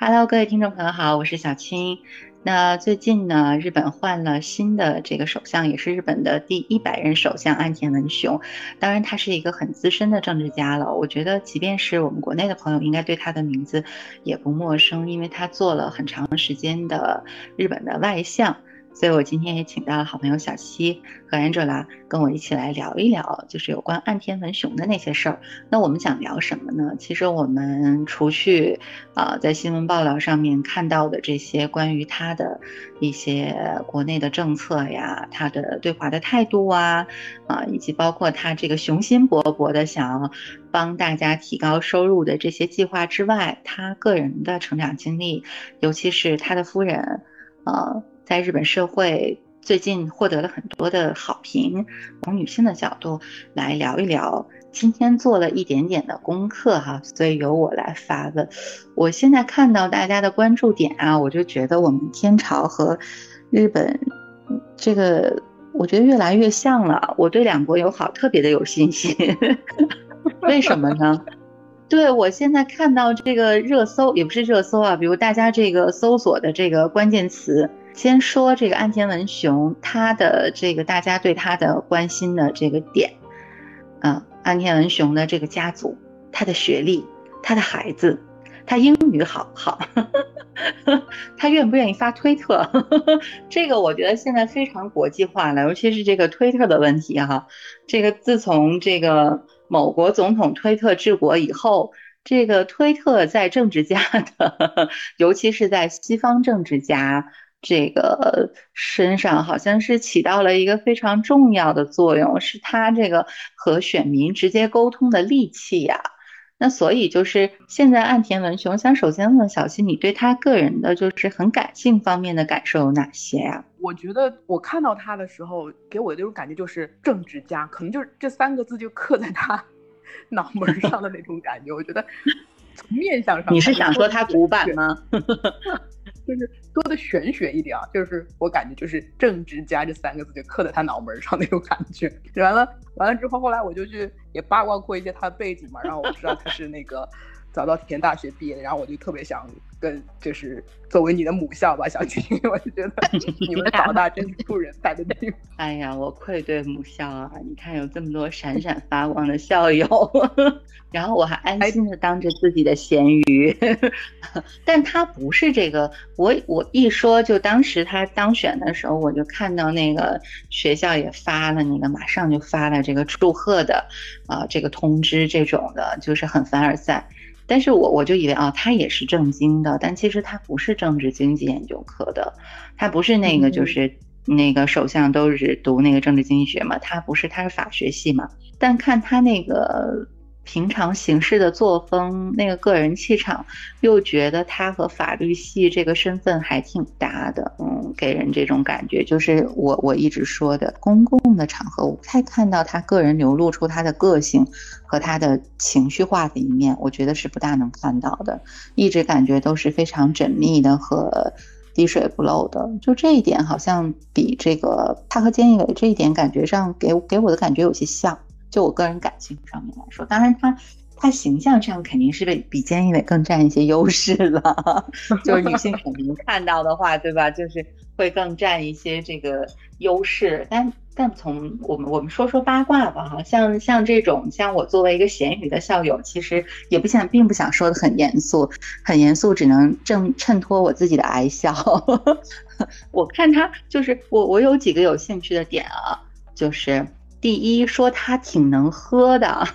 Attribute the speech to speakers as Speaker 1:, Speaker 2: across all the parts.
Speaker 1: Hello，各位听众朋友好，我是小青。那最近呢，日本换了新的这个首相，也是日本的第100任首相岸田文雄。当然，他是一个很资深的政治家了。我觉得，即便是我们国内的朋友，应该对他的名字也不陌生，因为他做了很长时间的日本的外相。所以我今天也请到了好朋友小西和 Angela 跟我一起来聊一聊，就是有关岸田文雄的那些事儿。那我们想聊什么呢？其实我们除去在新闻报道上面看到的这些关于他的一些国内的政策呀，他的对华的态度以及包括他这个雄心勃勃的想要帮大家提高收入的这些计划之外，他个人的成长经历，尤其是他的夫人在日本社会最近获得了很多的好评，从女性的角度来聊一聊。今天做了一点点的功课哈，所以由我来发问。我现在看到大家的关注点我就觉得我们天朝和日本这个，我觉得越来越像了。我对两国友好特别的有信心，为什么呢？对，我现在看到这个热搜，也不是热搜比如大家这个搜索的这个关键词，先说这个岸田文雄，他的这个大家对他的关心的这个点岸田文雄的这个家族，他的学历，他的孩子，他英语好不好他愿不愿意发推特这个我觉得现在非常国际化了，尤其是这个推特的问题这个自从这个某国总统推特治国以后，这个推特在政治家的尤其是在西方政治家这个身上好像是起到了一个非常重要的作用，是他这个和选民直接沟通的利器那所以就是现在岸田文雄，想首先问小溪，你对他个人的就是很感性方面的感受有哪些
Speaker 2: 我觉得我看到他的时候，给我的那种感觉就是政治家，可能就是这3个字就刻在他脑门上的那种感觉。我觉得从面相上，
Speaker 1: 你是想说他古板吗？
Speaker 2: 就是说的玄学一点就是我感觉就是政治家这3个字就刻在他脑门上那种感觉。完了之后，后来我就去也八卦过一些他的背景嘛，然后我知道他是那个早稻田大学毕业的，然后我就特别想跟就是作为你的母校吧，小青，我就觉得你们早大真是出人才的地方。
Speaker 1: 哎呀，我愧对母校你看有这么多闪闪发光的校友然后我还安心的当着自己的咸鱼但他不是这个，我一说就当时他当选的时候，我就看到那个学校也发了那个马上就发了这个祝贺的这个通知，这种的就是很凡尔赛。但是我就以为他也是政经的，但其实他不是政治经济研究科的，他不是那个就是那个首相都是读那个政治经济学嘛，他不是，他是法学系嘛。但看他那个平常行事的作风，那个个人气场，又觉得他和法律系这个身份还挺搭的，给人这种感觉。就是我一直说的，公共的场合我不太看到他个人流露出他的个性和他的情绪化的一面，我觉得是不大能看到的，一直感觉都是非常缜密的和滴水不漏的。就这一点好像比这个他和菅义伟这一点感觉上给我的感觉有些像，就我个人感性上面来说。当然他形象上肯定是比菅义伟更占一些优势了就是女性选民看到的话，对吧，就是会更占一些这个优势。但从我们说八卦吧像这种，像我作为一个咸鱼的校友，其实也并不想说的很严肃，只能衬托我自己的爱笑我看他就是我有几个有兴趣的点就是第一，说他挺能喝的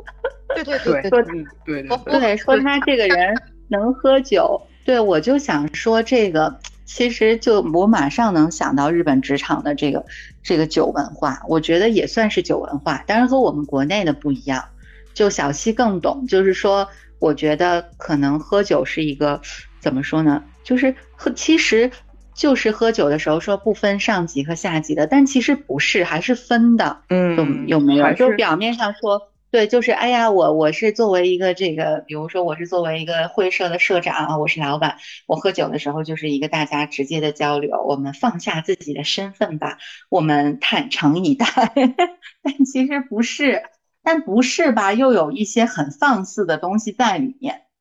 Speaker 1: 对，说他这个人能喝酒。对，我就想说这个，其实就我马上能想到日本职场的这个酒文化，我觉得也算是酒文化，当然和我们国内的不一样。就小西更懂，就是说，我觉得可能喝酒是一个怎么说呢？就是其实就是喝酒的时候说不分上级和下级的，但其实不是，还是分的。有没有？就表面上说。对，就是哎呀，我是作为一个这个，比如说我是作为一个会社的社长我是老板，我喝酒的时候就是一个大家直接的交流，我们放下自己的身份吧，我们坦诚以待但其实不是，但不是吧，又有一些很放肆的东西在里面。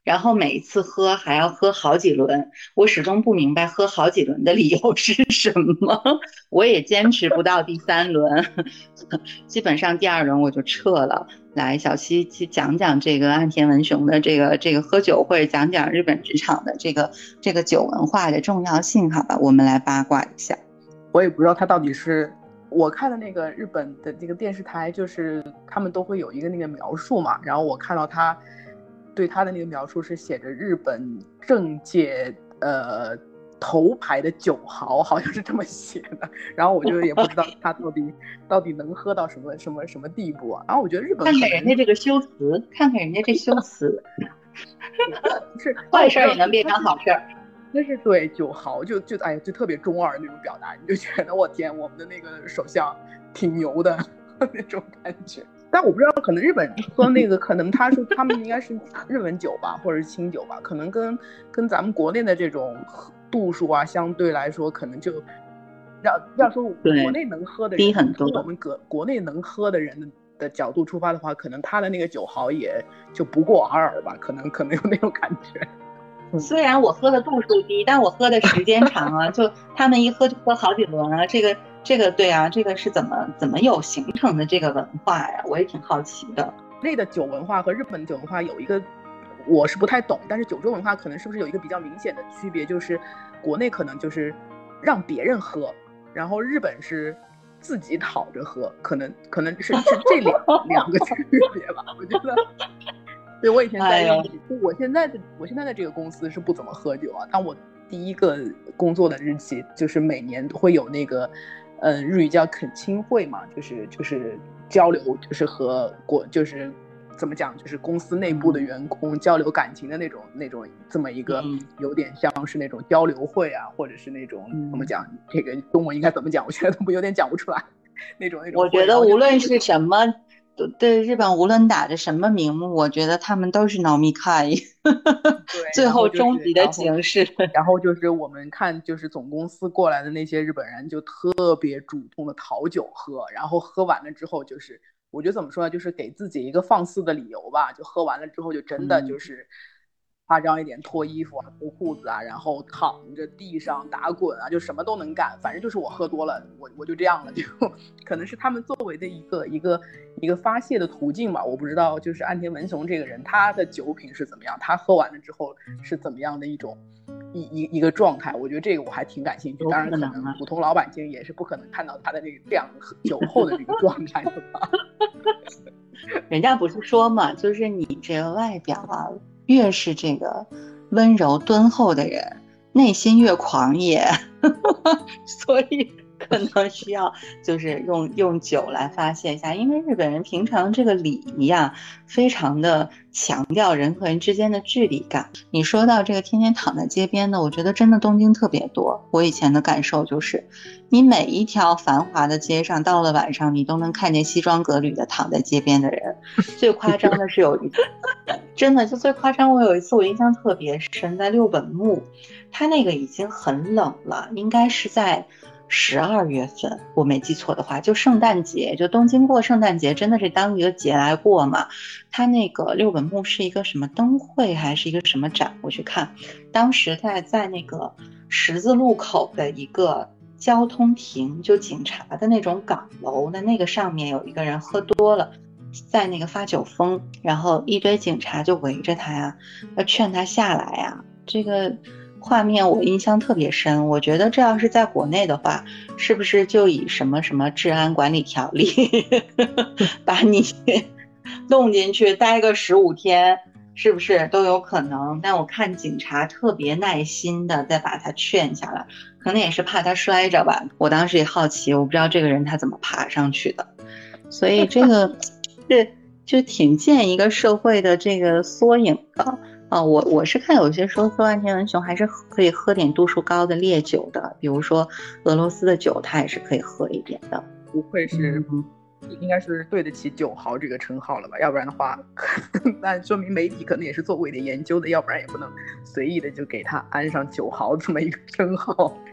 Speaker 1: 然后每一次喝还要喝好几轮，我始终不明白喝好几轮的理由是什么，我也坚持不到第三轮，基本上第二轮我就撤了。来，小七去讲讲这个岸田文雄的这个喝酒，或者讲讲日本职场的这个酒文化的重要性，好吧？我们来八卦一下。
Speaker 2: 我也不知道他到底是。我看的那个日本的这个电视台，就是他们都会有一个那个描述嘛，然后我看到他对他的那个描述是写着日本政界头牌的酒豪，好像是这么写的。然后我就也不知道他到底能喝到什么地步啊。然后我觉得日本
Speaker 1: 看看人家这个修辞，看看人家这修辞，
Speaker 2: 是
Speaker 1: 坏事也能变成好事。
Speaker 2: 那是对酒豪就哎呀，就特别中二那种表达，你就觉得我天，我们的那个首相挺牛的那种感觉。但我不知道，可能日本喝那个，可能他们应该是日本酒吧，或者是清酒吧，可能跟咱们国内的这种度数啊，相对来说，可能就要说国内能喝的人
Speaker 1: 低很多。
Speaker 2: 从我们国内能喝的人的角度出发的话，可能他的那个酒豪也就不过尔尔吧，可能有那种感觉。
Speaker 1: 虽然我喝的度数低，但我喝的时间长啊，就他们一喝就喝好几轮啊，这个对啊，这个是怎么有形成的这个文化呀？我也挺好奇的。
Speaker 2: 内的酒文化和日本的酒文化有一个我是不太懂，但是九州文化可能是不是有一个比较明显的区别，就是国内可能就是让别人喝，然后日本是自己讨着喝，可能是这两个区别吧，我觉得。对，我以前在我现在的这个公司是不怎么喝酒啊。但我第一个工作的日期就是每年会有那个，日语叫恳亲会嘛，就是交流，就是和就是怎么讲，就是公司内部的员工交流感情的那种这么一个，有点像是那种交流会啊，或者是那种怎么讲，这个中文应该怎么讲？我觉得有点讲不出来那种。
Speaker 1: 我觉得无论是什么。对日本无论打着什么名目，我觉得他们都是脑密开，最后终极的形式。
Speaker 2: 然后就是我们看，就是总公司过来的那些日本人，就特别主动的讨酒喝，然后喝完了之后，就是我觉得怎么说呢，就是给自己一个放肆的理由吧。就喝完了之后，就真的就是夸张一点，脱衣服啊，脱裤子啊，然后躺着地上打滚啊，就什么都能干。反正就是我喝多了，我就这样了，就可能是他们作为的一个发泄的途径吧。我不知道，就是岸田文雄这个人，他的酒品是怎么样，他喝完了之后是怎么样的一个状态。我觉得这个我还挺感兴趣。当然，可能普通老百姓也是不可能看到他的这样酒后的这个状态的吧。
Speaker 1: 人家不是说嘛，就是你这个外表啊，越是这个温柔敦厚的人，内心越狂野，所以可能需要就是用酒来发泄一下。因为日本人平常这个礼仪啊，非常的强调人和人之间的距离感。你说到这个天天躺在街边的，我觉得真的东京特别多。我以前的感受就是，你每一条繁华的街上，到了晚上你都能看见西装革履的躺在街边的人。最夸张的是有一次真的就最夸张，我有一次我印象特别深，在六本木，它那个已经很冷了，应该是在12月份，我没记错的话，就圣诞节，就东京过圣诞节真的是当一个节来过嘛。它那个六本木是一个什么灯会还是一个什么展，我去看，当时在那个十字路口的一个交通亭，就警察的那种岗楼的那个上面有一个人喝多了，在那个发酒疯，然后一堆警察就围着他呀，要劝他下来呀。这个画面我印象特别深，我觉得这要是在国内的话，是不是就以什么什么治安管理条例把你弄进去待个15天，是不是都有可能？但我看警察特别耐心的再把他劝下来，可能也是怕他摔着吧。我当时也好奇，我不知道这个人他怎么爬上去的，所以这个就挺见一个社会的这个缩影的。我是看有些说岸田文雄还是可以喝点度数高的烈酒的，比如说俄罗斯的酒他也是可以喝一点的。
Speaker 2: 不愧是应该是对得起酒豪这个称号了吧，要不然的话那说明媒体可能也是做过一点研究的，要不然也不能随意的就给他安上酒豪这么一个称号。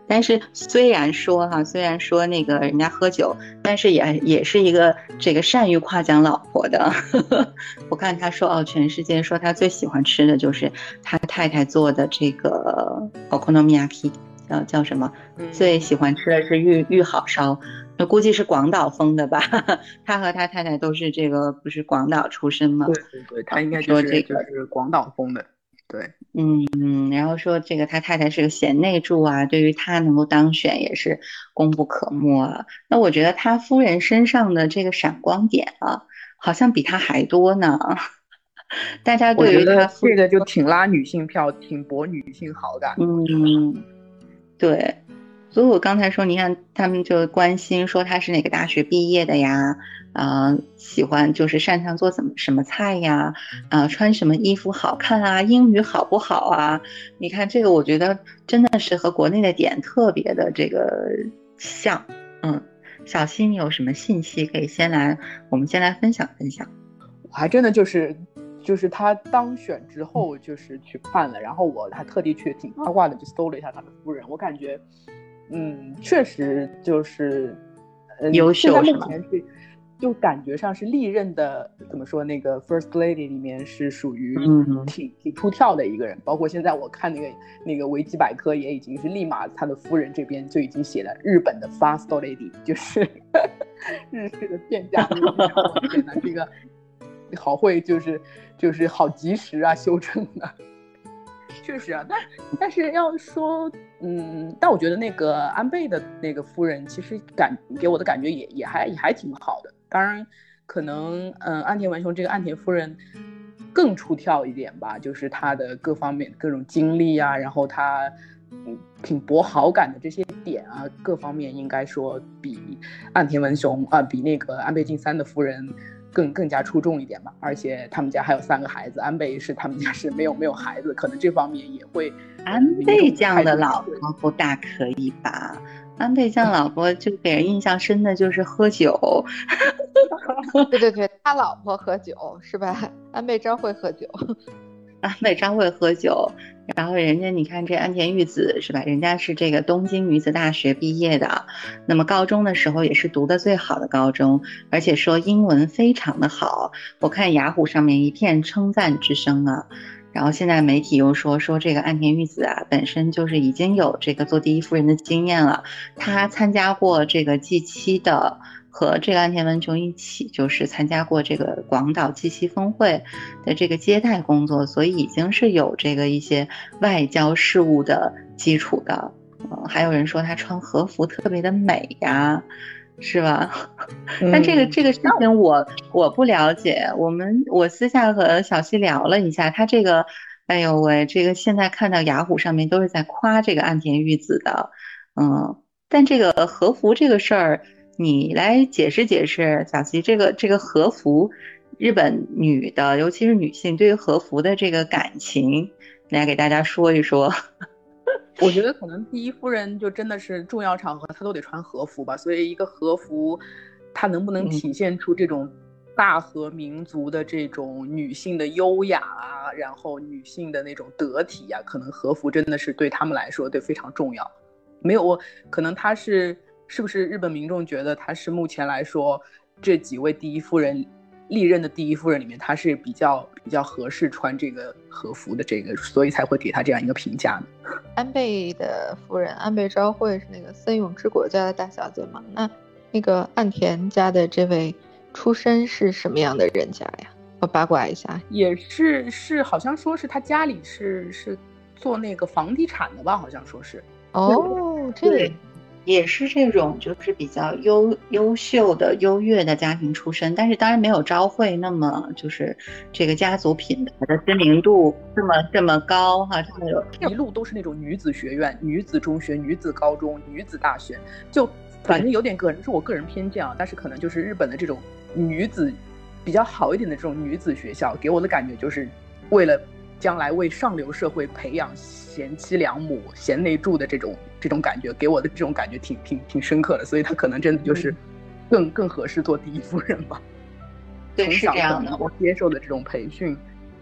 Speaker 1: 但是虽然说那个人家喝酒，但是也是一个这个善于夸奖老婆的。我看他说全世界说他最喜欢吃的就是他太太做的这个 okonomiyaki， 叫什么？最喜欢吃的是玉好烧，那估计是广岛风的吧。他和他太太都是这个不是广岛出身吗？
Speaker 2: 对，他应该就是广岛风的。对，
Speaker 1: 然后说这个他太太是个贤内助啊，对于他能够当选也是功不可没啊。那我觉得他夫人身上的这个闪光点啊，好像比他还多呢。大家对于他
Speaker 2: 这个就挺拉女性票，挺博女性好感。
Speaker 1: 对。所以我刚才说，你看他们就关心说他是哪个大学毕业的呀，喜欢就是擅长做什么菜呀，穿什么衣服好看啊，英语好不好啊？你看这个，我觉得真的是和国内的点特别的这个像。小溪，你有什么信息可以我们先来分享分享？
Speaker 2: 我还真的就是他当选之后就是去看了，然后我还特地去挺八卦的就搜了一下他的夫人，我感觉确实就是
Speaker 1: 优秀
Speaker 2: 是吗？就感觉上是历任的怎么说那个 First Lady 里面是属于挺出挑的一个人，包括现在我看那个维基百科也已经是立马他的夫人这边就已经写了日本的 Fast Lady， 就是日式的片假名。我天哪，这个好会就是好及时啊，修正的。确实啊，但是要说，但我觉得那个安倍的那个夫人，其实给我的感觉也还挺好的。当然，可能岸田文雄这个岸田夫人更出挑一点吧，就是她的各方面各种经历啊，然后她挺博好感的这些点啊，各方面应该说比岸田文雄比那个安倍晋三的夫人更加出众一点嘛，而且他们家还有3个孩子，安倍他们家是没有孩子，可能这方面也会。
Speaker 1: 安倍这样的老婆不大可以吧？安倍这样老婆就给人印象深的就是喝酒。
Speaker 3: 对，他老婆喝酒是吧？安倍昭惠喝酒。
Speaker 1: 安倍昭惠喝酒，然后人家你看这安田玉子是吧？人家是这个东京女子大学毕业的，那么高中的时候也是读的最好的高中，而且说英文非常的好，我看雅虎上面一片称赞之声啊。然后现在媒体又说这个岸田玉子啊，本身就是已经有这个做第一夫人的经验了，她参加过这个 G7的，和这个岸田文雄一起就是参加过这个广岛 G7峰会的这个接待工作，所以已经是有这个一些外交事务的基础的。还有人说她穿和服特别的美呀，是吧？但这个事情我不了解，我私下和小溪聊了一下，他这个，哎呦喂，这个现在看到雅虎上面都是在夸这个岸田玉子的，但这个和服这个事儿，你来解释解释，小溪，这个和服，日本女的，尤其是女性对于和服的这个感情，来给大家说一说。
Speaker 2: 我觉得可能第一夫人就真的是重要场合她都得穿和服吧，所以一个和服它能不能体现出这种大和民族的这种女性的优雅啊，然后女性的那种得体啊，可能和服真的是对他们来说非常重要。没有，可能她是不是日本民众觉得她是目前来说这几位第一夫人历任的第一夫人里面，她是比较合适穿这个和服的，这个所以才会给她这样一个评价呢。
Speaker 3: 安倍的夫人安倍昭惠是那个森永之国家的大小姐嘛？那个岸田家的这位出身是什么样的人家呀？我八卦一下。
Speaker 2: 也是好像说是他家里是做那个房地产的吧，好像说是。
Speaker 1: 对，也是这种就是比较优秀的优越的家庭出身，但是当然没有昭惠那么就是这个家族品牌的知名度这么高哈，这么有
Speaker 2: 一路都是那种女子学院、女子中学、女子高中、女子大学，就反正有点是我个人偏见啊，但是可能就是日本的这种女子比较好一点的这种女子学校，给我的感觉就是为了将来为上流社会培养贤妻良母、贤内助的这种感觉，给我的这种感觉挺深刻的，所以她可能真的就是更合适做第一夫人吧。
Speaker 1: 对，是这样的。
Speaker 2: 我接受的这种培训，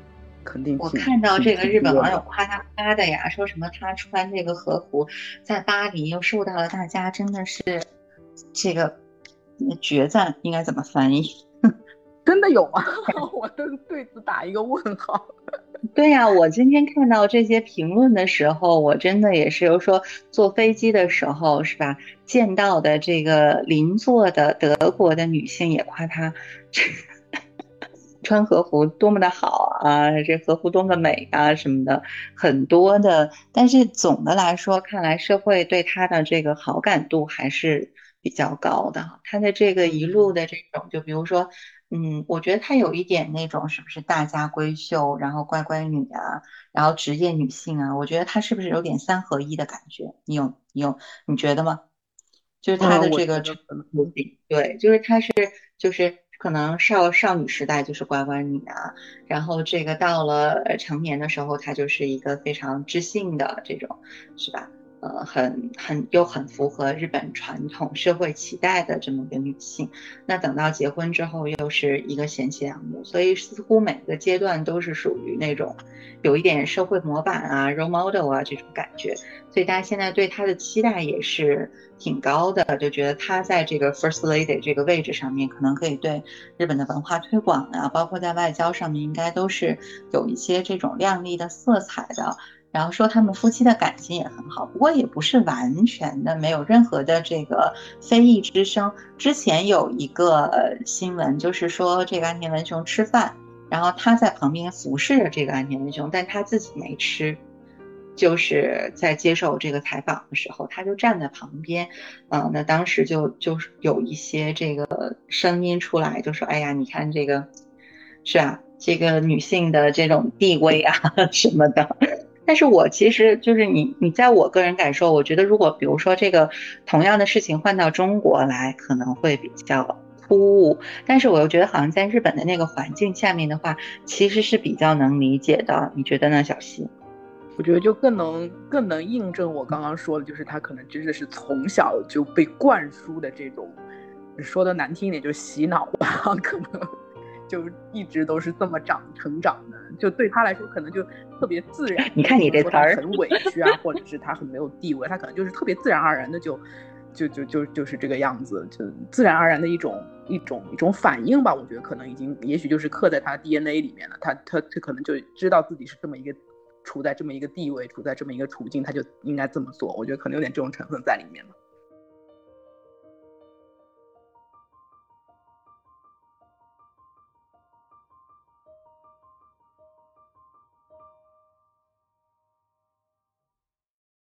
Speaker 2: 肯定
Speaker 1: 我看到这个日本网友夸他夸的呀，说什么他穿这个和服在巴黎又受到了大家真的是这个决赞，应该怎么翻译？
Speaker 2: 真的有吗？我都对此打一个问号。
Speaker 1: 对呀，我今天看到这些评论的时候，我真的也是有说坐飞机的时候是吧，见到的这个邻座的德国的女性也夸她穿和服多么的好啊，这和服多么美啊什么的，很多的。但是总的来说，看来社会对她的这个好感度还是比较高的。她的这个一路的这种，就比如说。我觉得她有一点那种是不是大家闺秀，然后乖乖女啊，然后职业女性啊，我觉得她是不是有点三合一的感觉？你觉得吗？就是她的这个对，就是她是就是可能少女时代就是乖乖女啊，然后这个到了成年的时候，她就是一个非常知性的这种，是吧？很符合日本传统社会期待的这么一个女性，那等到结婚之后又是一个贤妻良母，所以似乎每个阶段都是属于那种有一点社会模板啊、role model 啊这种感觉，所以大家现在对她的期待也是挺高的，就觉得她在这个 first lady 这个位置上面，可能可以对日本的文化推广啊，包括在外交上面，应该都是有一些这种亮丽的色彩的。然后说他们夫妻的感情也很好，不过也不是完全的没有任何的这个非议之声。之前有一个新闻，就是说这个岸田文雄吃饭，然后他在旁边服侍着这个岸田文雄，但他自己没吃。就是在接受这个采访的时候，他就站在旁边，那当时就是有一些这个声音出来，就说：“哎呀，你看这个，是吧？这个女性的这种地位啊什么的。”但是我其实就是你在我个人感受，我觉得如果比如说这个同样的事情换到中国来，可能会比较突兀。但是我又觉得好像在日本的那个环境下面的话，其实是比较能理解的。你觉得呢，小溪？
Speaker 2: 我觉得就更能印证我刚刚说的，就是他可能真的是从小就被灌输的这种，说的难听一点就是洗脑吧，可能就一直都是这么成长的，就对他来说可能就特别自然。
Speaker 1: 你看你这词儿
Speaker 2: 很委屈啊，或者是他很没有地位，他可能就是特别自然而然的就是这个样子，就自然而然的一种反应吧。我觉得可能也许就是刻在他 DNA 里面了，他可能就知道自己是这么一个处在这么一个地位，处在这么一个处境，他就应该这么做。我觉得可能有点这种成分在里面了。